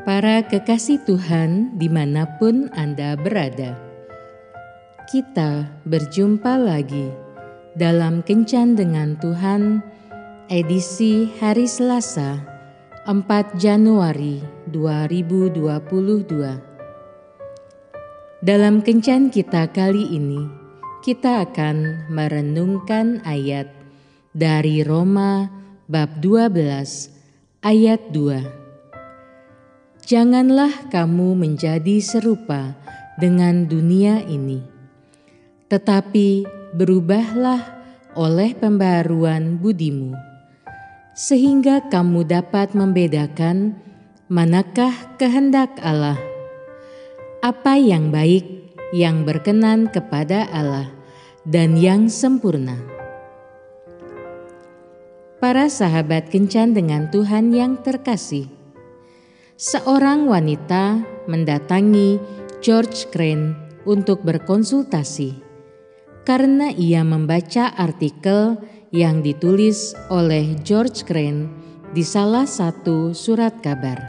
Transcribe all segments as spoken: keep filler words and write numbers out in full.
Para kekasih Tuhan dimanapun Anda berada, kita berjumpa lagi dalam Kencan dengan Tuhan edisi hari Selasa empat Januari dua ribu dua puluh dua. Dalam Kencan kita kali ini, kita akan merenungkan ayat dari Roma bab dua belas ayat dua. Janganlah kamu menjadi serupa dengan dunia ini, tetapi berubahlah oleh pembaharuan budimu, sehingga kamu dapat membedakan manakah kehendak Allah, apa yang baik, yang berkenan kepada Allah, dan yang sempurna. Para sahabat Kencan dengan Tuhan yang terkasih, seorang wanita mendatangi George Crane untuk berkonsultasi karena ia membaca artikel yang ditulis oleh George Crane di salah satu surat kabar.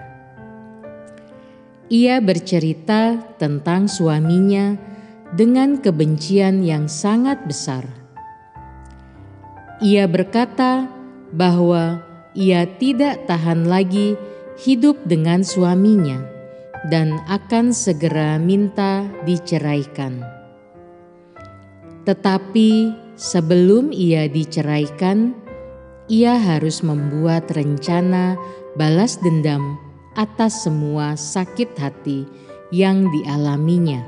Ia bercerita tentang suaminya dengan kebencian yang sangat besar. Ia berkata bahwa ia tidak tahan lagi hidup dengan suaminya dan akan segera minta diceraikan. Tetapi sebelum ia diceraikan, ia harus membuat rencana balas dendam atas semua sakit hati yang dialaminya.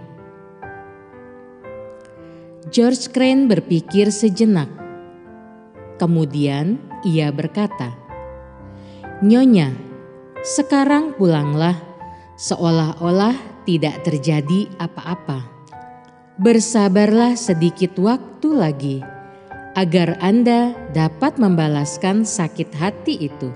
George Crane berpikir sejenak. Kemudian ia berkata, "Nyonya, sekarang pulanglah, seolah-olah tidak terjadi apa-apa. Bersabarlah sedikit waktu lagi, agar Anda dapat membalaskan sakit hati itu.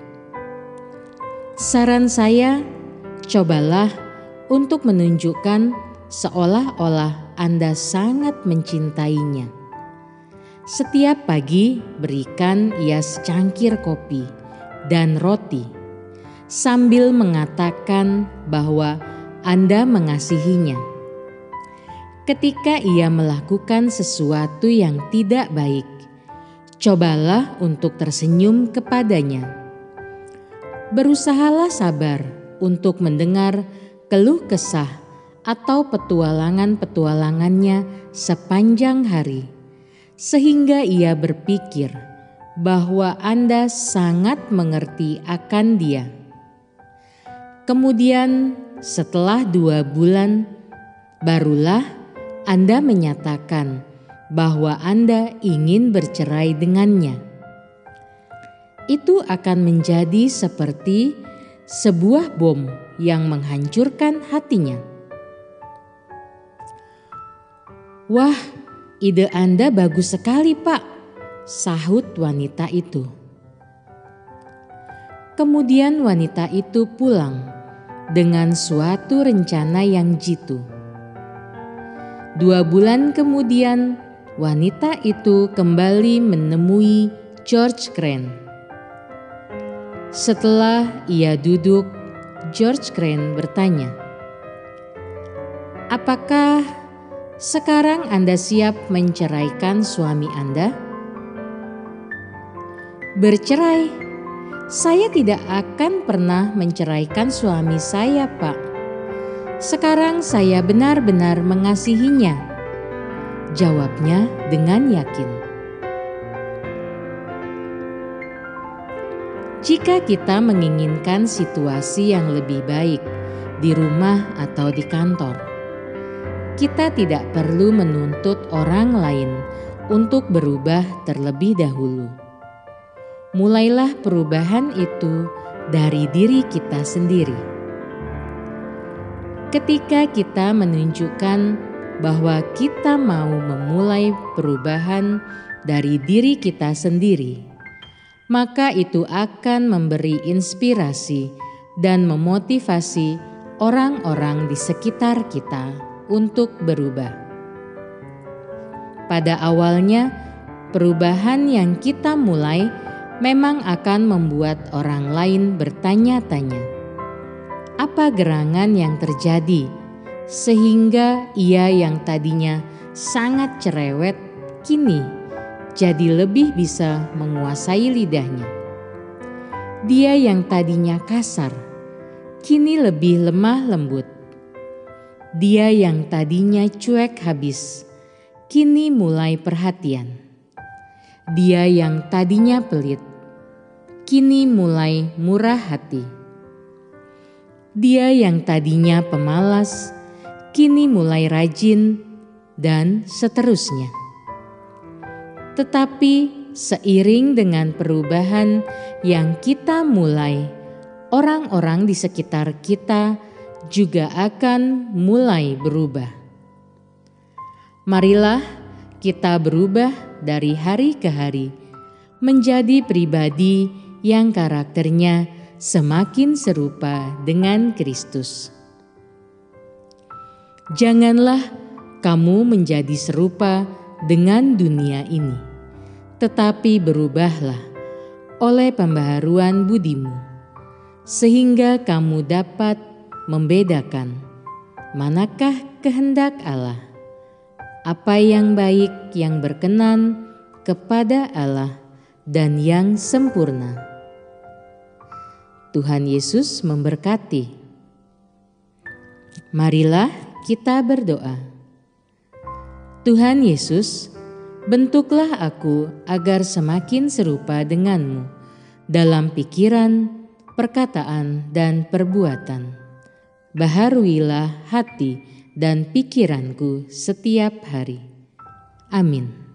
Saran saya, cobalah untuk menunjukkan seolah-olah Anda sangat mencintainya. Setiap pagi berikan ia secangkir kopi dan roti, sambil mengatakan bahwa Anda mengasihinya. Ketika ia melakukan sesuatu yang tidak baik, cobalah untuk tersenyum kepadanya. Berusahalah sabar untuk mendengar keluh kesah atau petualangan-petualangannya sepanjang hari, sehingga ia berpikir bahwa Anda sangat mengerti akan dia. Kemudian setelah dua bulan, barulah Anda menyatakan bahwa Anda ingin bercerai dengannya. Itu akan menjadi seperti sebuah bom yang menghancurkan hatinya." "Wah, ide Anda bagus sekali, Pak," sahut wanita itu. Kemudian wanita itu pulang dengan suatu rencana yang jitu. Dua bulan kemudian, wanita itu kembali menemui George Crane. Setelah ia duduk, George Crane bertanya, "Apakah sekarang Anda siap menceraikan suami Anda?" "Bercerai? Saya tidak akan pernah menceraikan suami saya, Pak. Sekarang saya benar-benar mengasihinya," jawabnya dengan yakin. Jika kita menginginkan situasi yang lebih baik di rumah atau di kantor, kita tidak perlu menuntut orang lain untuk berubah terlebih dahulu. Mulailah perubahan itu dari diri kita sendiri. Ketika kita menunjukkan bahwa kita mau memulai perubahan dari diri kita sendiri, maka itu akan memberi inspirasi dan memotivasi orang-orang di sekitar kita untuk berubah. Pada awalnya, perubahan yang kita mulai memang akan membuat orang lain bertanya-tanya, apa gerangan yang terjadi sehingga ia yang tadinya sangat cerewet kini jadi lebih bisa menguasai lidahnya. Dia yang tadinya kasar kini lebih lemah lembut. Dia yang tadinya cuek habis kini mulai perhatian. Dia yang tadinya pelit kini mulai murah hati. Dia yang tadinya pemalas kini mulai rajin, dan seterusnya. Tetapi seiring dengan perubahan yang kita mulai, orang-orang di sekitar kita juga akan mulai berubah. Marilah kita berubah dari hari ke hari menjadi pribadi yang karakternya semakin serupa dengan Kristus. Janganlah kamu menjadi serupa dengan dunia ini, tetapi berubahlah oleh pembaharuan budimu, sehingga kamu dapat membedakan manakah kehendak Allah, apa yang baik, yang berkenan kepada Allah, dan yang sempurna. Tuhan Yesus memberkati. Marilah kita berdoa. Tuhan Yesus, bentuklah aku agar semakin serupa denganmu dalam pikiran, perkataan, dan perbuatan. Baharuilah hati dan pikiranku setiap hari. Amin.